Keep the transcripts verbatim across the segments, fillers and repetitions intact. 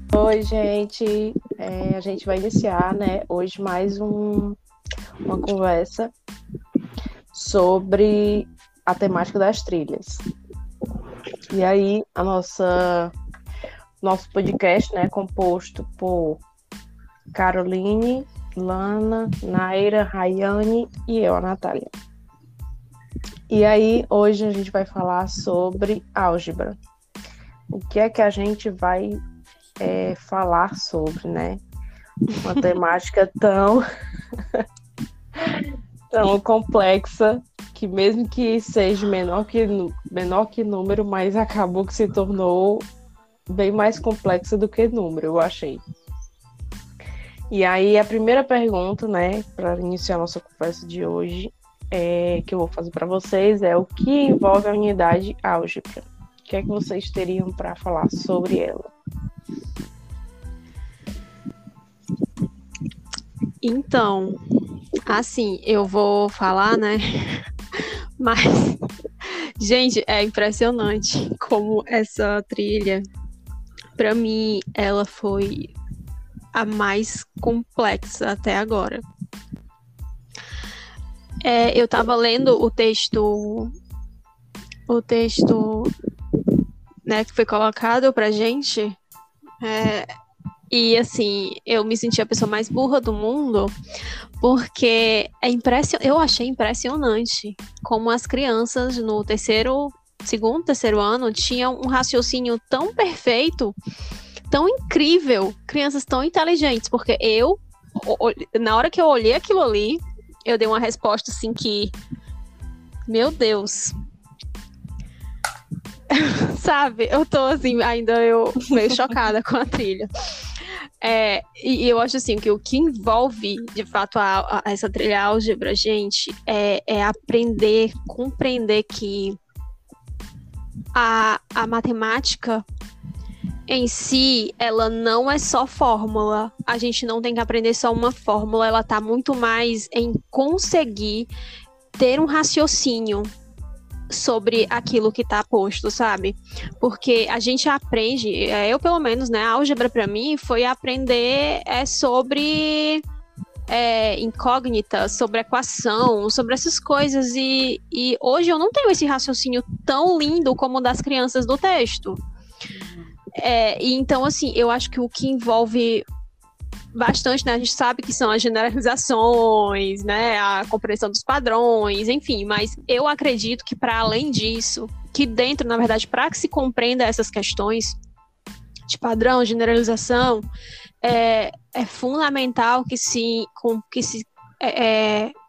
Oi, gente. É, a gente vai iniciar, né, hoje mais um, uma conversa sobre a temática das trilhas. E aí, a nossa nosso podcast, né, é composto por Caroline, Lana, Naira, Rayane e eu, a Natália. E aí, hoje a gente vai falar sobre álgebra. O que é que a gente vai é, falar sobre, né? Uma temática tão, tão complexa que mesmo que seja menor que, menor que número, mas acabou que se tornou bem mais complexa do que número, eu achei. E aí, a primeira pergunta, né, para iniciar a nossa conversa de hoje, é, que eu vou fazer para vocês, é o que envolve a unidade álgebra? O que é que vocês teriam para falar sobre ela? Então, assim, eu vou falar, né? Mas, gente, é impressionante como essa trilha, para mim, ela foi a mais complexa até agora. É, eu tava lendo o texto, o texto, né, que foi colocado pra gente, é, e assim, eu me senti a pessoa mais burra do mundo, porque é impression... eu achei impressionante como as crianças no terceiro, segundo, terceiro ano tinham um raciocínio tão perfeito, tão incrível, crianças tão inteligentes, porque eu, na hora que eu olhei aquilo ali, eu dei uma resposta assim que, meu Deus, sabe, eu tô assim, ainda eu meio chocada com a trilha. É, e, e eu acho assim que o que envolve de fato a, a, essa trilha álgebra, gente, é, é aprender, compreender que a, a matemática em si, ela não é só fórmula. A gente não tem que aprender só uma fórmula, ela tá muito mais em conseguir ter um raciocínio sobre aquilo que está posto, sabe? Porque a gente aprende, eu pelo menos, né, a álgebra para mim foi aprender é, sobre é, incógnita, sobre equação, sobre essas coisas, e, e hoje eu não tenho esse raciocínio tão lindo como o das crianças do texto. É, e então, assim, eu acho que o que envolve bastante, né? A gente sabe que são as generalizações, né? A compreensão dos padrões, enfim. Mas eu acredito que, para além disso, que dentro, na verdade, para que se compreenda essas questões de padrão, generalização, é, é fundamental que se, com, que se é, é,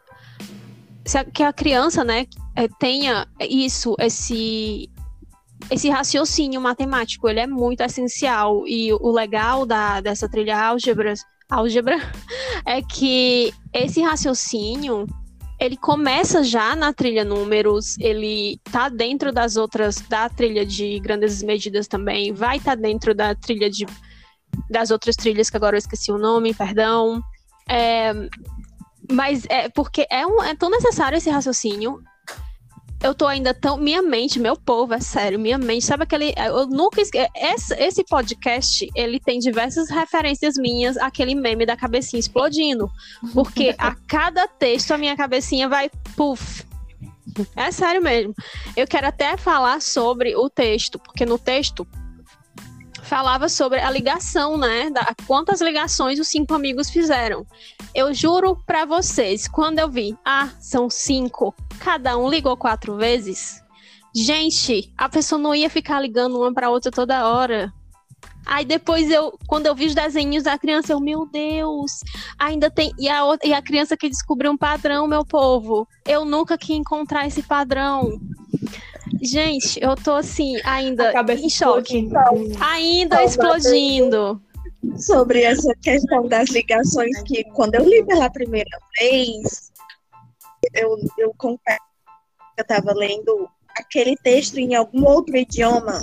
que a criança, né, tenha isso, esse esse raciocínio matemático, ele é muito essencial, e o legal da, dessa trilha álgebra, álgebra é que esse raciocínio, ele começa já na trilha números, ele tá dentro das outras, da trilha de grandes medidas também, vai estar tá dentro da trilha de, das outras trilhas, que agora eu esqueci o nome, perdão, é, mas é porque é, um, é tão necessário esse raciocínio. Eu tô ainda tão... Minha mente, meu povo, é sério, minha mente, sabe aquele... Eu nunca esque... Esse, esse podcast, ele tem diversas referências minhas àquele meme da cabecinha explodindo. Porque a cada texto a minha cabecinha vai... Puf! É sério mesmo. Eu quero até falar sobre o texto, porque no texto falava sobre a ligação, né? Da, quantas ligações os cinco amigos fizeram. Eu juro pra vocês, quando eu vi, ah, são cinco, cada um ligou quatro vezes. Gente, a pessoa não ia ficar ligando uma pra outra toda hora. Aí depois, eu, quando eu vi os desenhos da criança, eu, meu Deus, ainda tem... E a, outra, e a criança que descobriu um padrão, meu povo, eu nunca quis encontrar esse padrão. Gente, eu tô assim, ainda em choque. Ainda explodindo. Sobre essa questão das ligações, que quando eu li pela primeira vez, eu, eu confesso que eu estava lendo aquele texto em algum outro idioma,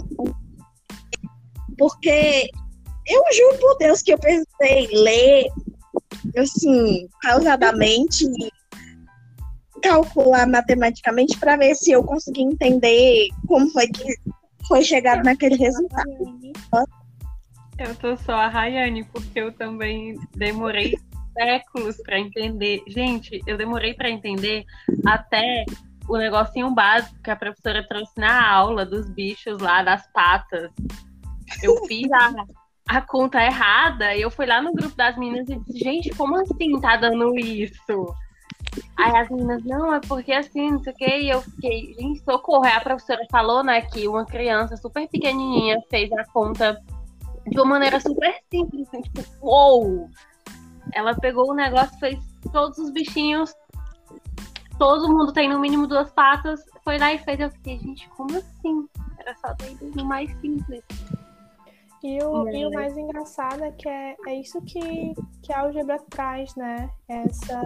porque eu juro por Deus que eu pensei ler, assim, pausadamente, calcular matematicamente para ver se eu conseguia entender como foi que foi chegado naquele resultado. Eu tô só a Rayane, porque eu também demorei séculos para entender. Gente, eu demorei para entender até o negocinho básico que a professora trouxe na aula dos bichos lá, das patas. Eu fiz a, a conta errada e eu fui lá no grupo das meninas e disse, gente, como assim tá dando isso? Aí as meninas, não, é porque assim, não sei o que, e eu fiquei, gente, socorro. Aí a professora falou, né, que uma criança super pequenininha fez a conta de uma maneira super simples, assim, tipo, uou! Ela pegou o negócio, fez todos os bichinhos, todo mundo tem no mínimo duas patas, foi lá e fez. Eu fiquei, gente, como assim? Era só ter ido no mais simples. E o, e o mais engraçado é que é, é isso que, que a álgebra traz, né? Essa,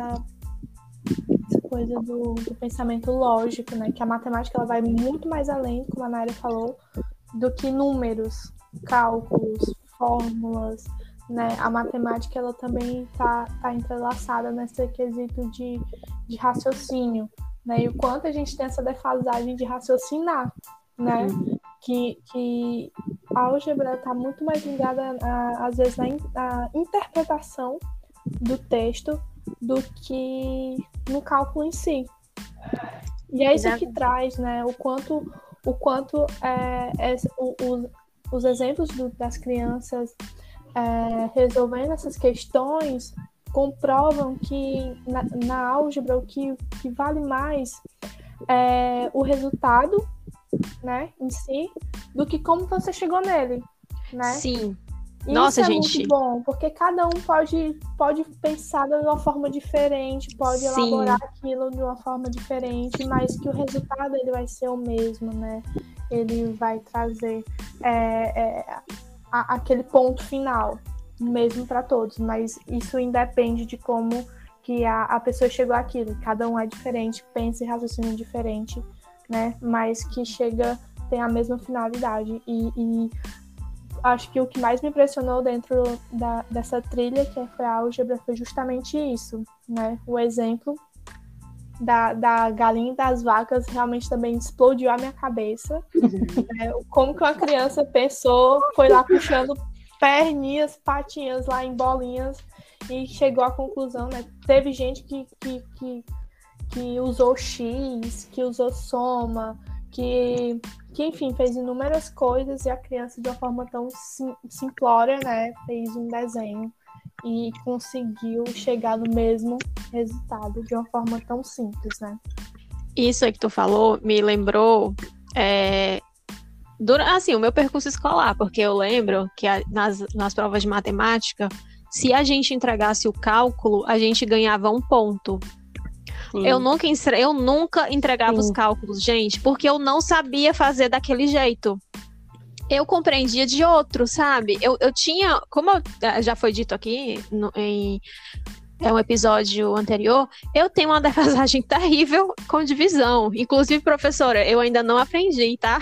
essa coisa do, do pensamento lógico, né? Que a matemática ela vai muito mais além, como a Nária falou, do que números, cálculos, fórmulas, né? A matemática ela também está tá entrelaçada nesse quesito de, de raciocínio, né? E o quanto a gente tem essa defasagem de raciocinar, né? Que, que a álgebra está muito mais ligada, a, às vezes, na, in, na interpretação do texto do que no cálculo em si. E é isso que traz, né? O quanto, o quanto é, é, o, o, os exemplos do, das crianças é, resolvendo essas questões comprovam que na, na álgebra o que, que vale mais é o resultado, né, em si, do que como você chegou nele, né? Sim. Isso Nossa, é gente. muito bom, porque cada um pode, pode pensar de uma forma diferente, pode Sim. elaborar aquilo de uma forma diferente, mas que o resultado ele vai ser o mesmo, né? Ele vai trazer é, é, a, aquele ponto final, mesmo para todos, mas isso independe de como que a, a pessoa chegou àquilo. Cada um é diferente, pensa e raciocina diferente, né? Mas que chega, tem a mesma finalidade. E, e acho que o que mais me impressionou dentro da, dessa trilha, que foi a álgebra, foi justamente isso, né? O exemplo da, da galinha e das vacas realmente também explodiu a minha cabeça. Né? Como que uma criança pensou, foi lá puxando perninhas, patinhas lá em bolinhas e chegou à conclusão, né? Teve gente que, que, que que usou X, que usou soma, que, que, enfim, fez inúmeras coisas e a criança, de uma forma tão sim, simplória, né, fez um desenho e conseguiu chegar no mesmo resultado de uma forma tão simples, né? Isso aí que tu falou me lembrou é, durante, assim, o meu percurso escolar, porque eu lembro que a, nas, nas provas de matemática, se a gente entregasse o cálculo, a gente ganhava um ponto. Eu nunca, eu nunca entregava Sim. os cálculos, gente, porque eu não sabia fazer daquele jeito. Eu compreendia de outro, sabe? Eu, eu tinha, como eu, já foi dito aqui no, em é um episódio anterior, eu tenho uma defasagem terrível com divisão. Inclusive, professora, eu ainda não aprendi, tá?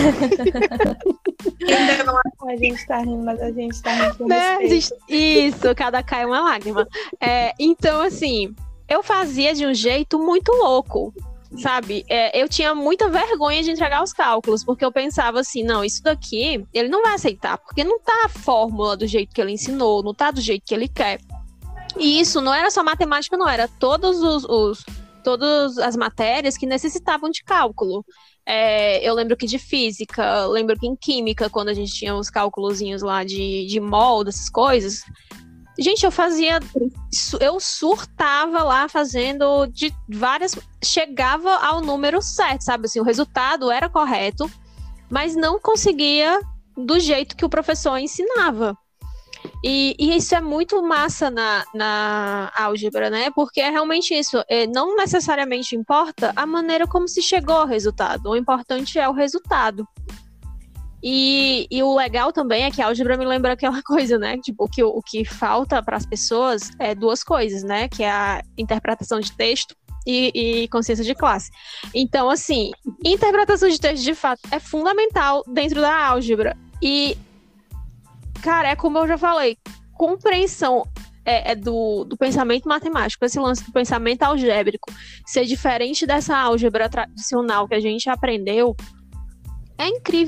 Ainda não a gente tá rindo, mas a gente tá rindo com né? Isso, cada cai uma lágrima. É, então, assim, eu fazia de um jeito muito louco, sabe? É, eu tinha muita vergonha de entregar os cálculos, porque eu pensava assim, não, isso daqui, ele não vai aceitar, porque não tá a fórmula do jeito que ele ensinou, não tá do jeito que ele quer. E isso não era só matemática, não, era todos os, os, todas as matérias que necessitavam de cálculo. É, eu lembro que de física, lembro que em química, quando a gente tinha os cálculozinhos lá de, de mol, dessas coisas, gente, eu fazia, eu surtava lá fazendo de várias, chegava ao número certo, sabe, assim, o resultado era correto, mas não conseguia do jeito que o professor ensinava. E, e isso é muito massa na, na álgebra, né? Porque é realmente isso. É, não necessariamente importa a maneira como se chegou ao resultado. O importante é o resultado. E, e o legal também é que a álgebra me lembra aquela coisa, né? Tipo, que, o que falta para as pessoas é duas coisas, né? Que é a interpretação de texto e, e consciência de classe. Então, assim, interpretação de texto, de fato, é fundamental dentro da álgebra. E cara, é como eu já falei, compreensão é, é do, do pensamento matemático, esse lance do pensamento algébrico ser diferente dessa álgebra tradicional que a gente aprendeu, é incrível,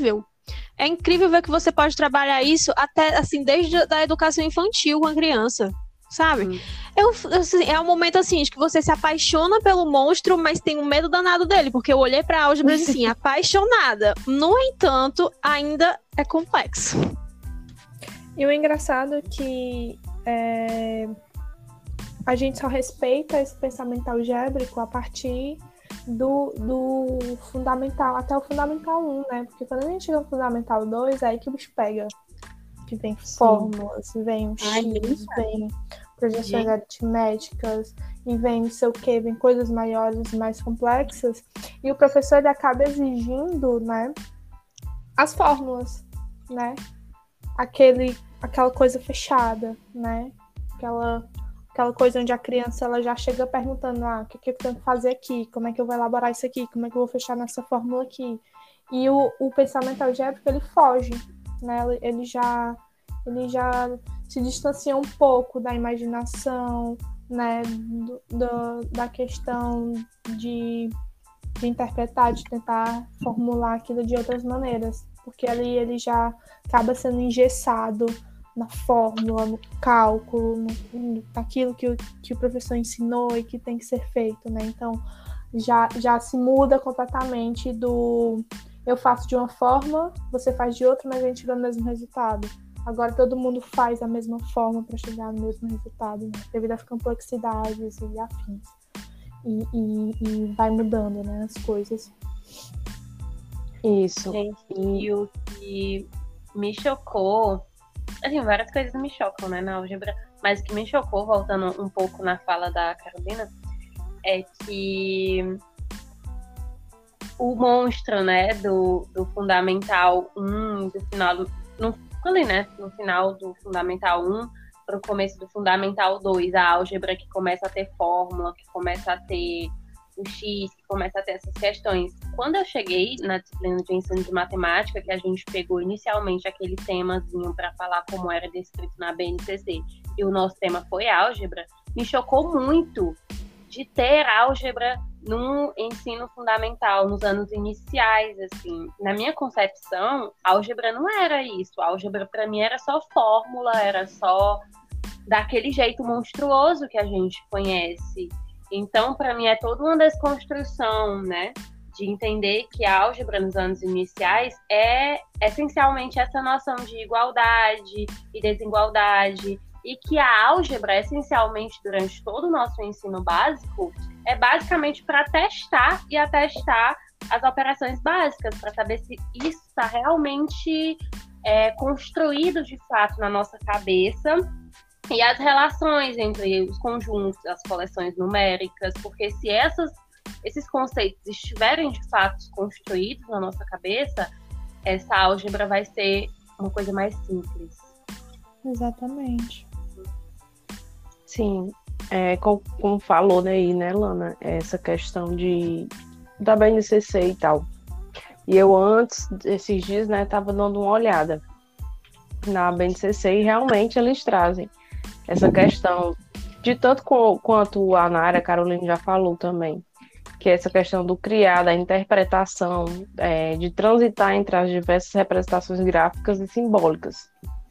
É incrível ver que você pode trabalhar isso até, assim, desde a da educação infantil com a criança, sabe? Hum. Eu, assim, é um momento, assim, de que você se apaixona pelo monstro, mas tem um medo danado dele, porque eu olhei pra álgebra assim, apaixonada. No entanto, ainda é complexo. E o engraçado é que é, a gente só respeita esse pensamento algébrico a partir do, do fundamental, até o fundamental um, né? Porque quando a gente chega no fundamental dois, é aí que o bicho pega. Que vem fórmulas, vem um Ai, X, vem projeções aritméticas, e vem não sei o que, vem coisas maiores, mais complexas. E o professor ele acaba exigindo, né, as fórmulas, né? Aquele, aquela coisa fechada, né? Aquela, aquela coisa onde a criança ela já chega perguntando, ah, o que, que eu tenho que fazer aqui? Como é que eu vou elaborar isso aqui? Como é que eu vou fechar nessa fórmula aqui? E o, o pensamento algébrico, ele foge, né? Ele, ele, já, ele já se distancia um pouco da imaginação, né? Do, do, da questão de, de interpretar, de tentar formular aquilo de outras maneiras. Porque ali ele já acaba sendo engessado na fórmula, no cálculo, no, naquilo que o, que o professor ensinou e que tem que ser feito, né? Então, já, já se muda completamente do eu faço de uma forma, você faz de outra, mas a gente chega no mesmo resultado. Agora todo mundo faz a mesma forma para chegar no mesmo resultado, né? Devido às complexidades e afins. E, e, e vai mudando, né, as coisas. Isso. Gente, e o que me chocou, assim, várias coisas me chocam, né, na álgebra, mas o que me chocou, voltando um pouco na fala da Carolina, é que o monstro, né, do, do Fundamental um, do final, do, no, ali, né, no final do Fundamental um para o começo do Fundamental dois, a álgebra que começa a ter fórmula, que começa a ter o X, que começa a ter essas questões. Quando eu cheguei na disciplina de ensino de matemática, que a gente pegou inicialmente aquele temazinho para falar como era descrito na B N C C, e o nosso tema foi álgebra, me chocou muito de ter álgebra no ensino fundamental, nos anos iniciais, assim. Na minha concepção, álgebra não era isso. Álgebra, para mim, era só fórmula, era só daquele jeito monstruoso que a gente conhece. Então, para mim, é toda uma desconstrução, né? De entender que a álgebra nos anos iniciais é essencialmente essa noção de igualdade e desigualdade, e que a álgebra, essencialmente, durante todo o nosso ensino básico, é basicamente para testar e atestar as operações básicas, para saber se isso está realmente é, construído de fato na nossa cabeça, e as relações entre os conjuntos, as coleções numéricas, porque se essas, esses conceitos estiverem de fato construídos na nossa cabeça, essa álgebra vai ser uma coisa mais simples. Exatamente. Sim, é, como, como falou aí, né, Lana, essa questão de, da B N C C e tal. E eu antes, esses dias, né, tava dando uma olhada na B N C C e realmente eles trazem essa questão de tanto co- quanto a Nara, a Carolina já falou também, que é essa questão do criar, da interpretação, é, de transitar entre as diversas representações gráficas e simbólicas.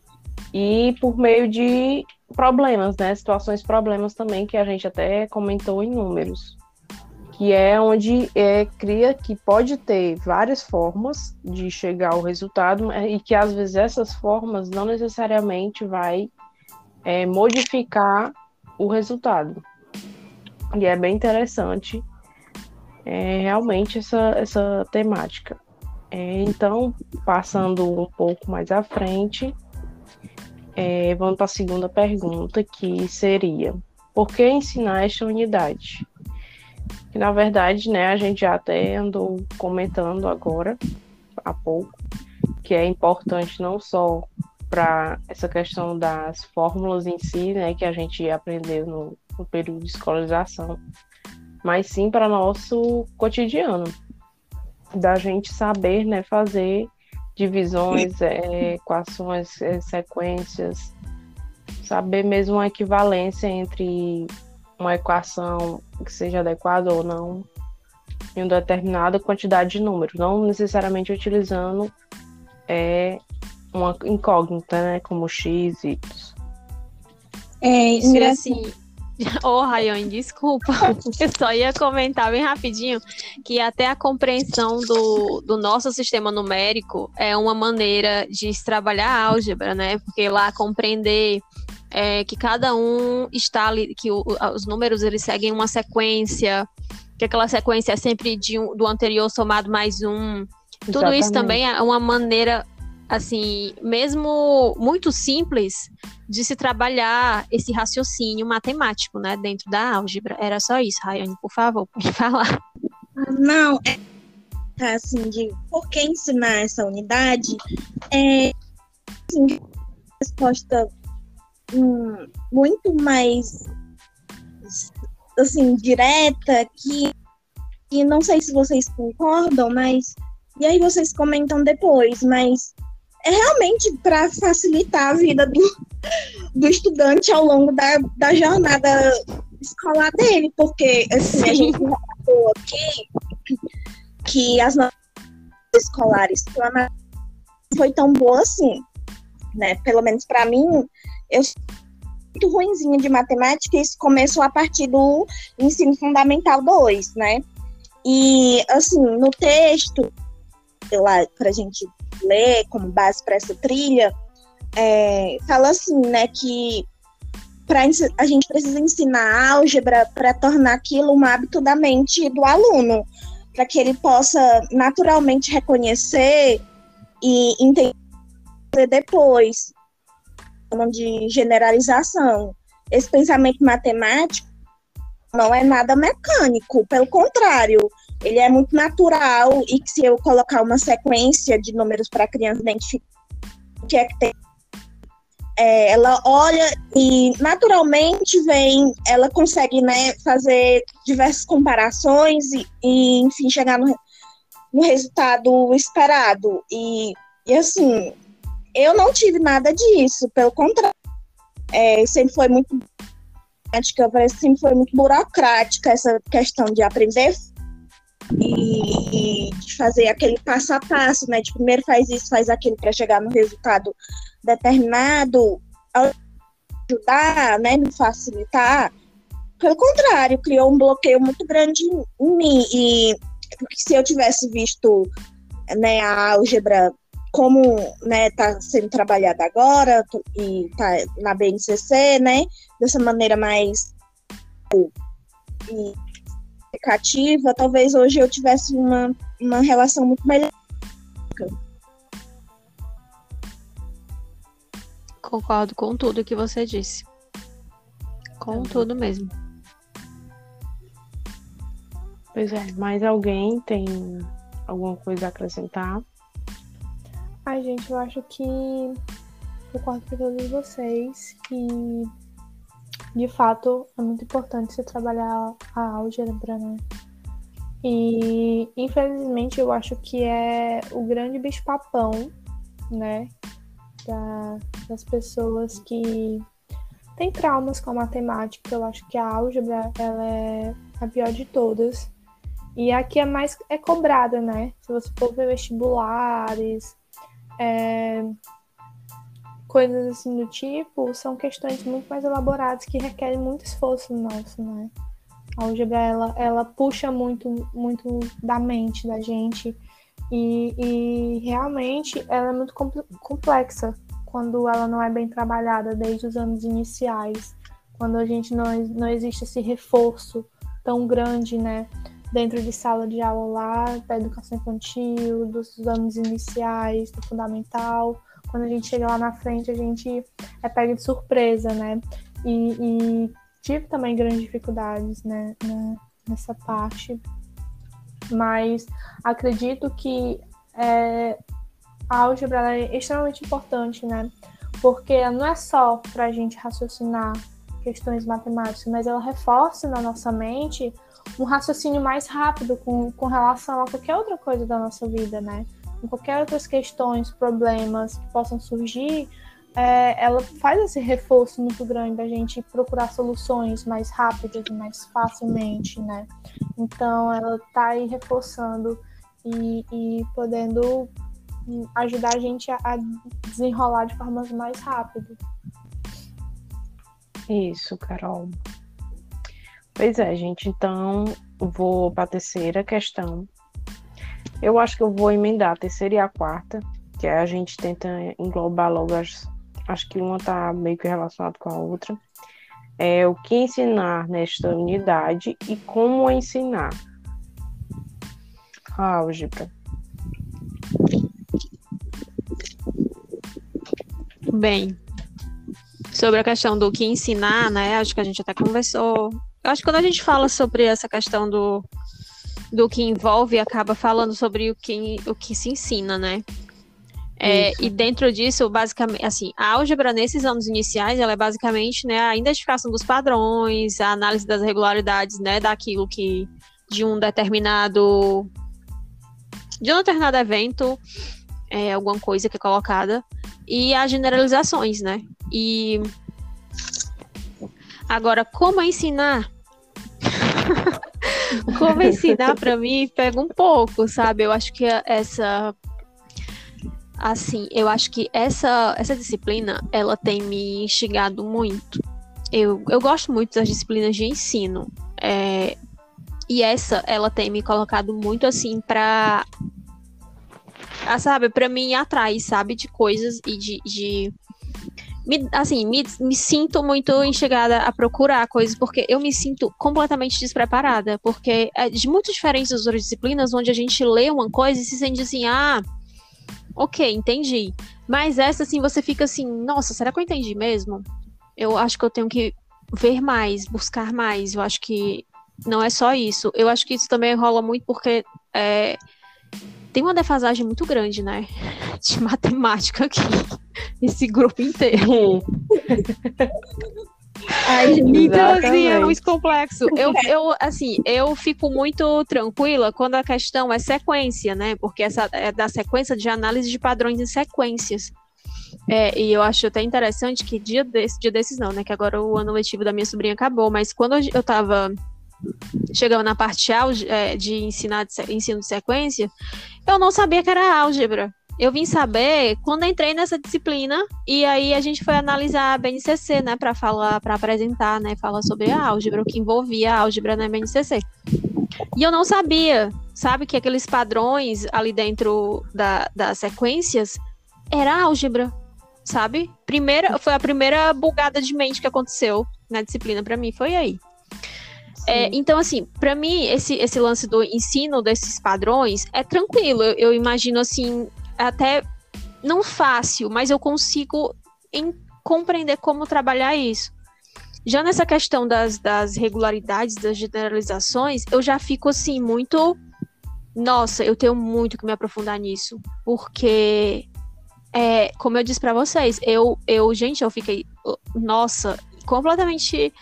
E por meio de problemas, né? Situações problemas também, que a gente até comentou em números. Que é onde é, cria que pode ter várias formas de chegar ao resultado e que às vezes essas formas não necessariamente vai é, modificar o resultado. E é bem interessante é, realmente essa, essa temática. É, então, passando um pouco mais à frente, É, vamos para a segunda pergunta, que seria: por que ensinar esta unidade? Que na verdade, né, a gente já até andou comentando agora, há pouco, que é importante não só para essa questão das fórmulas em si, né, que a gente aprendeu no, no período de escolarização, mas sim para nosso cotidiano, da gente saber, né, fazer divisões, é, equações, é, sequências, saber mesmo a equivalência entre uma equação que seja adequada ou não em uma determinada quantidade de números, não necessariamente utilizando é uma incógnita, né? Como X, Y. É Isso é engraçado. assim. Ô, Rayane, desculpa. Eu só ia comentar bem rapidinho que até a compreensão do, do nosso sistema numérico é uma maneira de se trabalhar a álgebra, né? Porque lá compreender é, que cada um está ali, que o, os números eles seguem uma sequência, que aquela sequência é sempre de um, do anterior somado mais um. Tudo Exatamente. isso também é uma maneira, assim, mesmo muito simples, de se trabalhar esse raciocínio matemático, né, dentro da álgebra. Era só isso, Rayane, por favor, pode falar. Não, é assim, de por que ensinar essa unidade é assim, resposta hum, muito mais assim, direta, que, que não sei se vocês concordam, mas e aí vocês comentam depois, mas é realmente para facilitar a vida do, do estudante ao longo da, da jornada escolar dele, porque assim, a gente relatou aqui que as notas escolares não foi tão boa assim, né? Pelo menos para mim, eu sou muito ruinzinha de matemática, e isso começou a partir do ensino fundamental dois, né? E assim, no texto lá para a gente ler como base para essa trilha, é, fala assim, né, que pra, a gente precisa ensinar álgebra para tornar aquilo um hábito da mente do aluno, para que ele possa naturalmente reconhecer e entender depois, de generalização. Esse pensamento matemático não é nada mecânico, pelo contrário, ele é muito natural, e que se eu colocar uma sequência de números para a criança identificar o que é que tem, é, ela olha e naturalmente vem, ela consegue, né, fazer diversas comparações e, e enfim, chegar no, no resultado esperado. E, e assim, eu não tive nada disso, pelo contrário, é, sempre foi muito sempre foi muito burocrática essa questão de aprender e, e de fazer aquele passo a passo, né? De primeiro faz isso, faz aquilo para chegar no resultado determinado, ajudar, né? Me facilitar. Pelo contrário, criou um bloqueio muito grande em mim. E porque se eu tivesse visto, né, a álgebra como, né, tá sendo trabalhada agora e tá na B N C C, né, dessa maneira mais aplicativa, talvez hoje eu tivesse uma, uma relação muito melhor. Concordo com tudo que você disse. Com Uhum. tudo mesmo. Pois é, mais alguém tem alguma coisa a acrescentar? Ai, gente, eu acho que concordo com todos vocês que, de fato, é muito importante se trabalhar a álgebra, né? E, infelizmente, eu acho que é o grande bicho-papão, né? Da, das pessoas que têm traumas com a matemática. Eu acho que a álgebra, ela é a pior de todas. E aqui é mais é cobrada, né? Se você for ver vestibulares, É, coisas assim do tipo, são questões muito mais elaboradas que requerem muito esforço nosso, né? A álgebra, ela, ela puxa muito, muito da mente da gente e, e realmente ela é muito complexa quando ela não é bem trabalhada desde os anos iniciais, quando a gente não, não existe esse reforço tão grande, né? Dentro de sala de aula lá, da educação infantil, dos anos iniciais, do fundamental. Quando a gente chega lá na frente, a gente é pego de surpresa, né? E, e tive também grandes dificuldades, né, nessa parte. Mas acredito que é, a álgebra é extremamente importante, né? Porque não é só para a gente raciocinar questões matemáticas, mas ela reforça na nossa mente um raciocínio mais rápido com, com relação a qualquer outra coisa da nossa vida, né? Com qualquer outras questões, problemas que possam surgir, é, ela faz esse reforço muito grande da gente procurar soluções mais rápidas e mais facilmente, né? Então, ela tá aí reforçando e, e podendo hum, ajudar a gente a, a desenrolar de formas mais rápidas. Isso, Carol. Pois é, gente. Então, vou para a terceira questão. Eu acho que eu vou emendar a terceira e a quarta, que a gente tenta englobar logo as... Acho que uma está meio que relacionada com a outra. É o que ensinar nesta unidade e como ensinar. A álgebra. Bem, sobre a questão do que ensinar, né? Acho que a gente até conversou. Eu acho que quando a gente fala sobre essa questão do, do que envolve, acaba falando sobre o que, o que se ensina, né? É, e dentro disso, basicamente, assim, a álgebra nesses anos iniciais, ela é basicamente, né, a identificação dos padrões, a análise das regularidades, né, daquilo que, de um determinado, de um determinado evento, é, alguma coisa que é colocada, e as generalizações, né, e agora, como ensinar? Como ensinar, para mim, pega um pouco, sabe, eu acho que essa... Assim, eu acho que essa, essa disciplina, ela tem me instigado muito. Eu, eu gosto muito das disciplinas de ensino. É, e essa, ela tem me colocado muito, assim, pra... Ah, sabe, pra mim ir atrás, sabe, de coisas e de... de me, assim, me, me sinto muito instigada a procurar coisas, porque eu me sinto completamente despreparada. Porque é de muito diferente das outras disciplinas, onde a gente lê uma coisa e se sente assim, ah... Ok, entendi. Mas essa, assim, você fica assim, nossa, será que eu entendi mesmo? Eu acho que eu tenho que ver mais, buscar mais. Eu acho que não é só isso. Eu acho que isso também rola muito porque é, tem uma defasagem muito grande, né? De matemática aqui. Esse grupo inteiro. Ai, então, assim, é muito complexo. Eu, eu, assim, eu fico muito tranquila quando a questão é sequência, né? Porque essa é da sequência de análise de padrões em sequências. É, e eu acho até interessante que dia, desse, dia desses não, né? Que agora o ano letivo da minha sobrinha acabou, mas quando eu tava chegando na parte de ensinar de, ensino de sequência, eu não sabia que era álgebra. Eu vim saber quando entrei nessa disciplina e aí a gente foi analisar a B N C C, né, para falar, para apresentar, né, falar sobre a álgebra, o que envolvia a álgebra na B N C C. E eu não sabia, sabe, que aqueles padrões ali dentro da, das sequências era álgebra, sabe? Primeira, foi a primeira bugada de mente que aconteceu na disciplina para mim, foi aí. É, então, assim, para mim, esse, esse lance do ensino desses padrões é tranquilo. Eu, eu imagino, assim, até não fácil, mas eu consigo em, compreender como trabalhar isso. Já nessa questão das, das regularidades, das generalizações, eu já fico, assim, muito... Nossa, eu tenho muito que me aprofundar nisso. Porque, é, como eu disse para vocês, eu, eu, gente, eu fiquei... Nossa, completamente...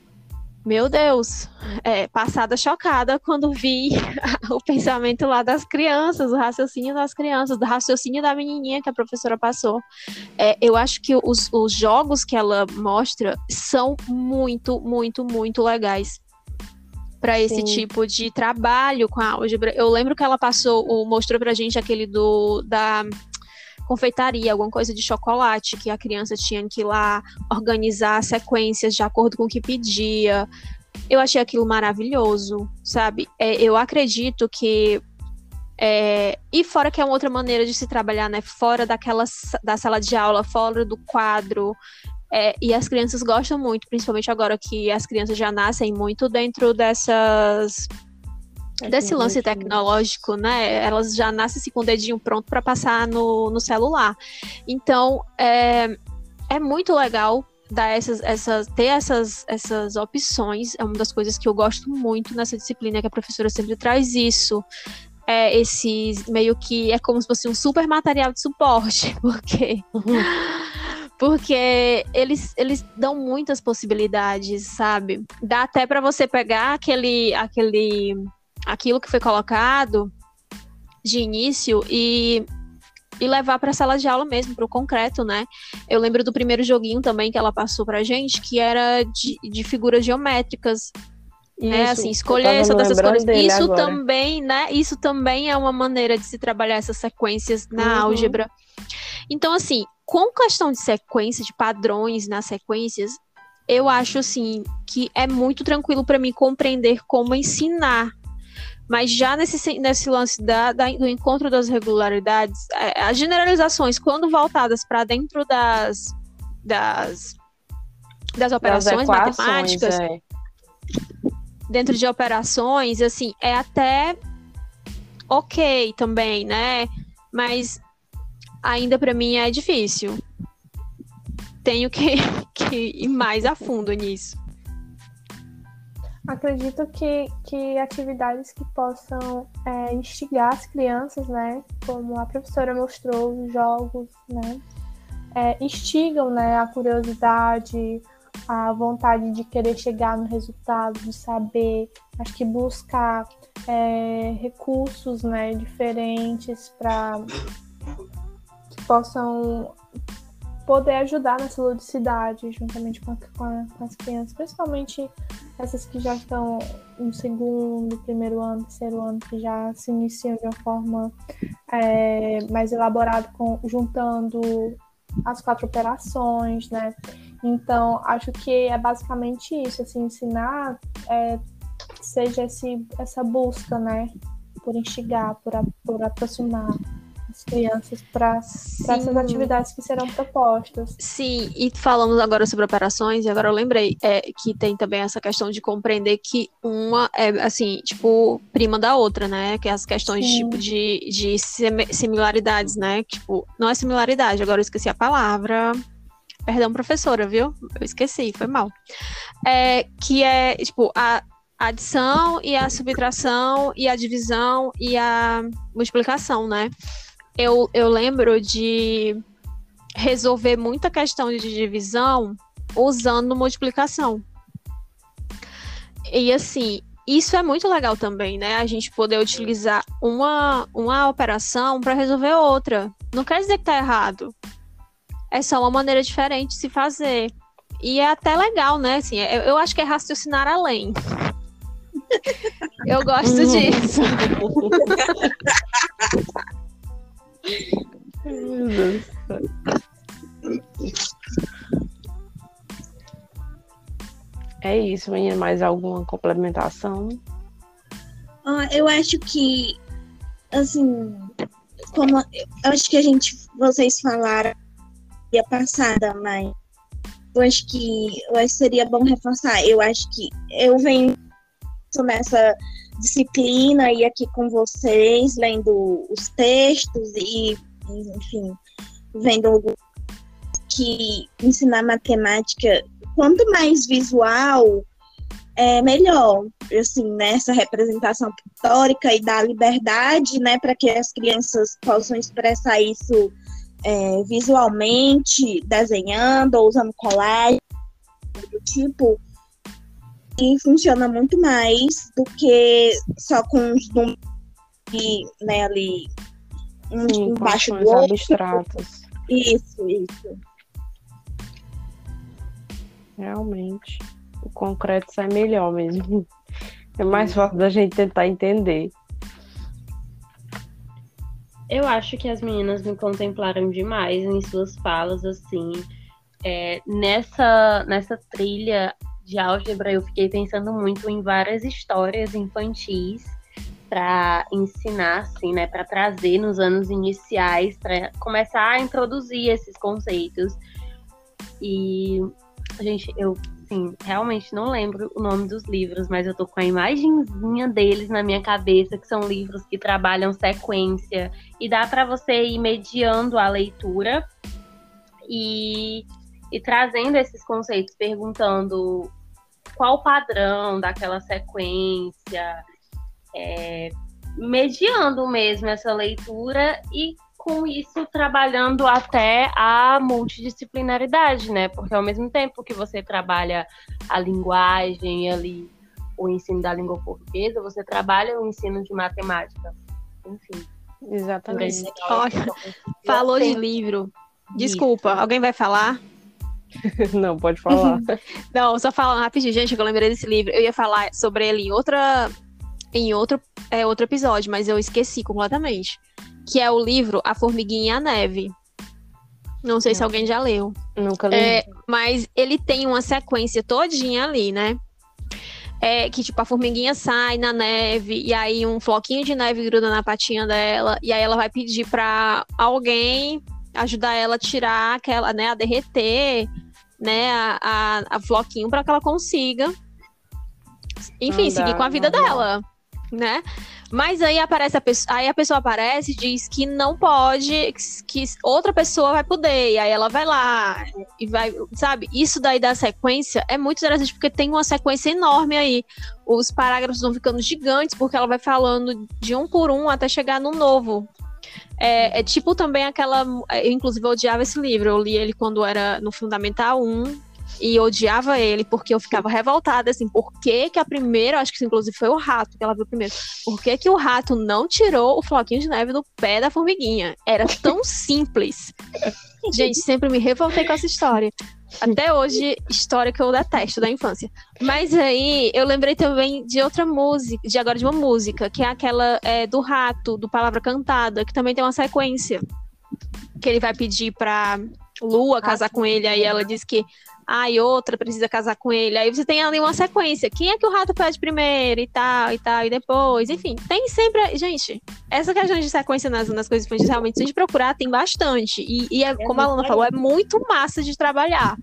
Meu Deus, é, passada chocada quando vi o pensamento lá das crianças, o raciocínio das crianças, do raciocínio da menininha que a professora passou. É, eu acho que os, os jogos que ela mostra são muito, muito, muito legais para esse tipo de trabalho com a álgebra. Eu lembro que ela passou, mostrou pra gente aquele do da confeitaria, alguma coisa de chocolate, que a criança tinha que ir lá organizar sequências de acordo com o que pedia. Eu achei aquilo maravilhoso, sabe? É, eu acredito que... É, e fora que é uma outra maneira de se trabalhar, né? Fora daquela, da sala de aula, fora do quadro. É, e as crianças gostam muito, principalmente agora que as crianças já nascem muito dentro dessas... desse lance tecnológico, né? Elas já nascem assim, com o dedinho pronto para passar no, no celular. Então, é, é muito legal dar essas, essas, ter essas, essas opções. É uma das coisas que eu gosto muito nessa disciplina, que a professora sempre traz isso. É, esses meio que é como se fosse um super material de suporte, porque... Porque eles, eles dão muitas possibilidades, sabe? Dá até para você pegar aquele... aquele aquilo que foi colocado de início e, e levar para a sala de aula mesmo, para o concreto, né? Eu lembro do primeiro joguinho também que ela passou pra gente, que era de, de figuras geométricas. né? Isso, Assim, eu escolher tava essa me dessas lembrando cores. dele Isso agora. também, né? Isso também é uma maneira de se trabalhar essas sequências na Uhum. álgebra. Então, assim, com questão de sequência, de padrões nas sequências, eu acho, assim, que é muito tranquilo para mim compreender como ensinar. Mas já nesse, nesse lance da, da- do encontro das regularidades, é, as generalizações, quando voltadas para dentro das, das, das Das operações equações, matemáticas, é. dentro de operações, assim, é até ok também, né? Mas ainda para mim é difícil. Tenho que, que ir mais a fundo nisso. Acredito que, que atividades que possam é, instigar as crianças, né? Como a professora mostrou, os jogos, né? É, instigam, né, a curiosidade, a vontade de querer chegar no resultado, de saber, acho que buscar é, recursos, né, diferentes para que possam poder ajudar nessa ludicidade juntamente com, a, com, a, com as crianças, principalmente essas que já estão no segundo, primeiro ano, terceiro ano, que já se iniciam de uma forma é, mais elaborada, com, juntando as quatro operações, né? Então, acho que é basicamente isso, assim, ensinar é, seja esse, essa busca, né? Por instigar, por, a, por aproximar as crianças para essas atividades que serão propostas. Sim, e falamos agora sobre operações, e agora eu lembrei é, que tem também essa questão de compreender que uma é, assim, tipo, prima da outra, né? Que é as questões, Sim. tipo, de, de sim- similaridades, né? Tipo, não é similaridade, agora eu esqueci a palavra. Perdão, professora, viu? Eu esqueci, foi mal. É, que é, tipo, a adição e a subtração e a divisão e a multiplicação, né? Eu, eu lembro de resolver muita questão de divisão usando multiplicação. E assim, isso é muito legal também, né? A gente poder utilizar uma, uma operação para resolver outra. Não quer dizer que tá errado. É só uma maneira diferente de se fazer. E é até legal, né? Assim, eu, eu acho que é raciocinar além. Eu gosto disso. Meu Deus do céu. É isso, menina. Mais alguma complementação? Ah, eu acho que, assim, como eu acho que a gente, vocês falaram dia passada, mas eu acho que eu acho que seria bom reforçar. Eu acho que eu venho nessa disciplina e aqui com vocês, lendo os textos e, enfim, vendo que ensinar matemática, quanto mais visual, é melhor, assim, né, essa representação pictórica e dar liberdade, né, para que as crianças possam expressar isso é, visualmente, desenhando ou usando colagem, do tipo, e funciona muito mais do que só com os números, né, ali, um Sim, embaixo com do outro. abstratas. Isso, isso. Realmente. O concreto sai melhor mesmo. É mais fácil da gente tentar entender. Eu acho que as meninas me contemplaram demais em suas falas, assim. É, nessa, nessa trilha de álgebra, eu fiquei pensando muito em várias histórias infantis para ensinar, assim, né, para trazer nos anos iniciais, para começar a introduzir esses conceitos. E, gente, eu, assim, realmente não lembro o nome dos livros, mas eu tô com a imagenzinha deles na minha cabeça, que são livros que trabalham sequência, e dá para você ir mediando a leitura e, e trazendo esses conceitos, perguntando qual o padrão daquela sequência, é, mediando mesmo essa leitura e com isso trabalhando até a multidisciplinaridade, né? Porque ao mesmo tempo que você trabalha a linguagem ali, o ensino da língua portuguesa, você trabalha o ensino de matemática. Enfim. Exatamente. Olha, falou de livro. Desculpa, Isso. alguém vai falar? Não, pode falar. Não, só falando rapidinho, gente, que eu lembrei desse livro. Eu ia falar sobre ele em outra, em outro, é, outro episódio, mas eu esqueci completamente. Que é o livro A Formiguinha e a Neve. Não sei se alguém já leu. Nunca li. É, mas ele tem uma sequência todinha ali, né? É que, tipo, a formiguinha sai na neve, e aí um floquinho de neve gruda na patinha dela, e aí ela vai pedir pra alguém ajudar ela a tirar aquela, né, a derreter, né, a, a, a floquinho pra que ela consiga, enfim, Andar, seguir com a vida normal. dela, né? Mas aí aparece a pessoa, aí a pessoa aparece e diz que não pode, que outra pessoa vai poder, e aí ela vai lá e vai, sabe? Isso daí da sequência é muito interessante porque tem uma sequência enorme aí. Os parágrafos vão ficando gigantes porque ela vai falando de um por um até chegar no novo. É, é tipo também aquela, eu inclusive eu odiava esse livro, eu li ele quando era no Fundamental um. E odiava ele, porque eu ficava revoltada, assim, por que que a primeira, acho que inclusive foi o rato que ela viu primeiro, por que que o rato não tirou o floquinho de neve do pé da formiguinha? Era tão simples. Gente, sempre me revoltei com essa história. Até hoje, história que eu detesto da infância. Mas aí, eu lembrei também de outra música, de agora de uma música, que é aquela é, do rato, do Palavra Cantada, que também tem uma sequência, que ele vai pedir pra Lua casar com ele, aí ela diz que ah, e outra precisa casar com ele. Aí você tem ali uma sequência. Quem é que o rato pede primeiro e tal, e tal, e depois. Enfim, tem sempre... Gente, essa questão de sequência nas, nas coisas infantis, realmente, se a gente procurar, tem bastante. E, e é, como a Luna falou, é muito massa de trabalhar.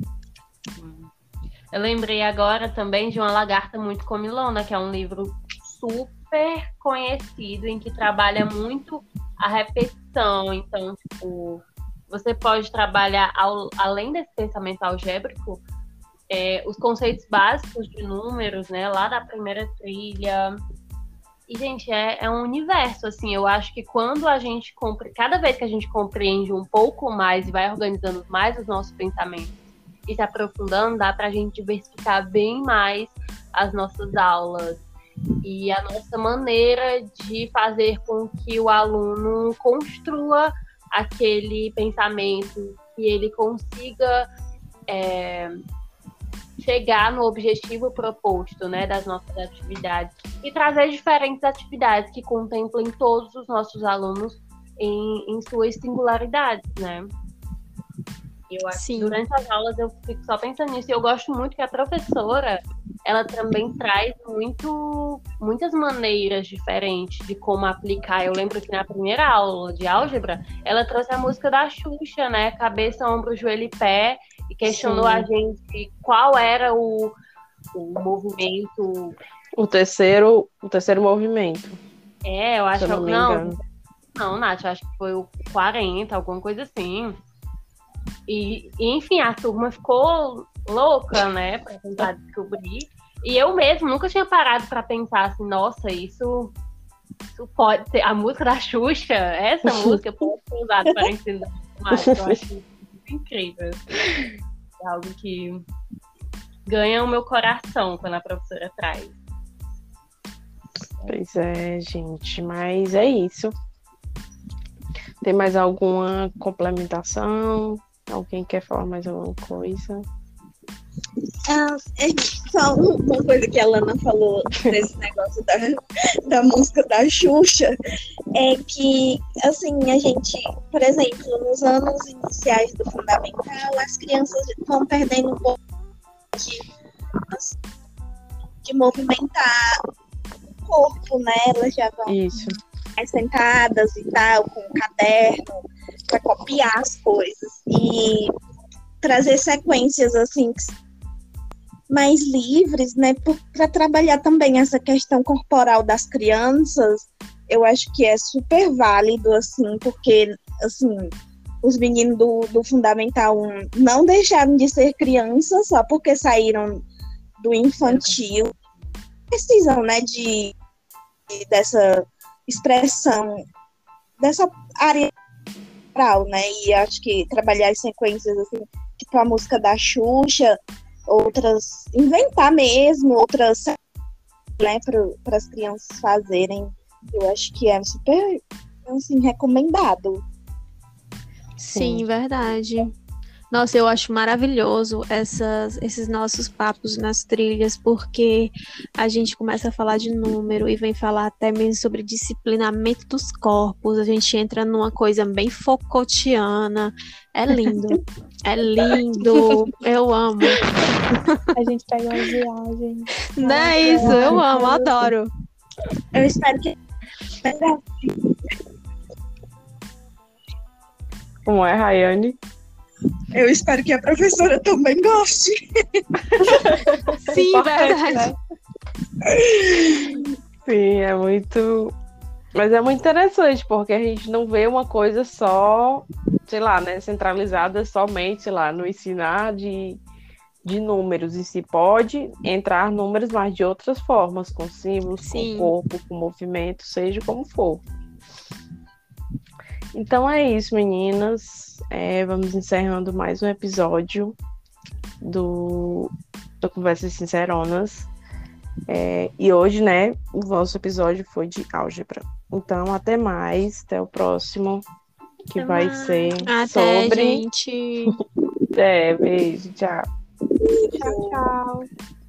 Eu lembrei agora também de Uma Lagarta Muito Comilona, que é um livro super conhecido, em que trabalha muito a repetição. Então, tipo... Você pode trabalhar, ao, além desse pensamento algébrico, é, os conceitos básicos de números, né? Lá da primeira trilha. E, gente, é, é um universo, assim. Eu acho que quando a gente compre, cada vez que a gente compreende um pouco mais e vai organizando mais os nossos pensamentos e se aprofundando, dá pra gente diversificar bem mais as nossas aulas. E a nossa maneira de fazer com que o aluno construa aquele pensamento, que ele consiga é, chegar no objetivo proposto, né, das nossas atividades e trazer diferentes atividades que contemplem todos os nossos alunos em, em suas singularidades, né? Eu acho Sim. que durante as aulas eu fico só pensando nisso e eu gosto muito que a professora ela também traz muito, muitas maneiras diferentes de como aplicar. Eu lembro que na primeira aula de álgebra, ela trouxe a música da Xuxa, né? Cabeça, ombro, joelho e pé, e questionou Sim. a gente qual era o, o movimento. O terceiro, o terceiro movimento. É, eu acho Se eu não que. me Não, engano. não, Nath, eu acho que foi o quarenta, alguma coisa assim. E, e, enfim, a turma ficou louca, né, pra tentar descobrir. E eu mesmo nunca tinha parado pra pensar assim, nossa, isso, isso pode ser a música da Xuxa, essa música pode ser usada para ensinar matemática. Eu acho isso incrível. Assim. É algo que ganha o meu coração quando a professora traz. Pois é, gente, mas é isso. Tem mais alguma complementação? Alguém quer falar mais alguma coisa? Ah, é só uma coisa que a Lana falou desse negócio da, da música da Xuxa, é que, assim, a gente, por exemplo, nos anos iniciais do fundamental, as crianças vão perdendo um pouco de, de movimentar o corpo, né? Elas já vão Isso. mais sentadas e tal, com um caderno, para copiar as coisas. E trazer sequências, assim, mais livres, né, para trabalhar também essa questão corporal das crianças, eu acho que é super válido, assim, porque, assim, os meninos do, do Fundamental um não deixaram de ser crianças só porque saíram do infantil. Precisam, né, de, de dessa expressão, dessa área oral, né, e acho que trabalhar as sequências, assim, tipo a música da Xuxa, outras, inventar mesmo, outras, né, para as crianças fazerem, eu acho que é super, assim, recomendado. Sim, verdade. Nossa, eu acho maravilhoso essas, esses nossos papos nas trilhas, porque a gente começa a falar de número e vem falar até mesmo sobre disciplinamento dos corpos. A gente entra numa coisa bem Foucaultiana. É lindo. É lindo. Eu amo. A gente pega uma viagem. Não é isso? Eu amo, adoro. Eu espero que. Como é, Rayane? Eu espero que a professora também goste. Sim, Importante, verdade. né? Sim, é muito. Mas é muito interessante, porque a gente não vê uma coisa só, sei lá, né, centralizada somente, sei lá, no ensinar de, de números. E se pode entrar números, mas de outras formas, com símbolos, Sim. com corpo, com movimento, seja como for. Então é isso, meninas. É, vamos encerrando mais um episódio do, do Conversas Sinceronas. É, e hoje, né, o nosso episódio foi de álgebra. Então, até mais, até o próximo, que Até vai mais. ser Até, sobre. gente. É, beijo, tchau. Tchau, tchau.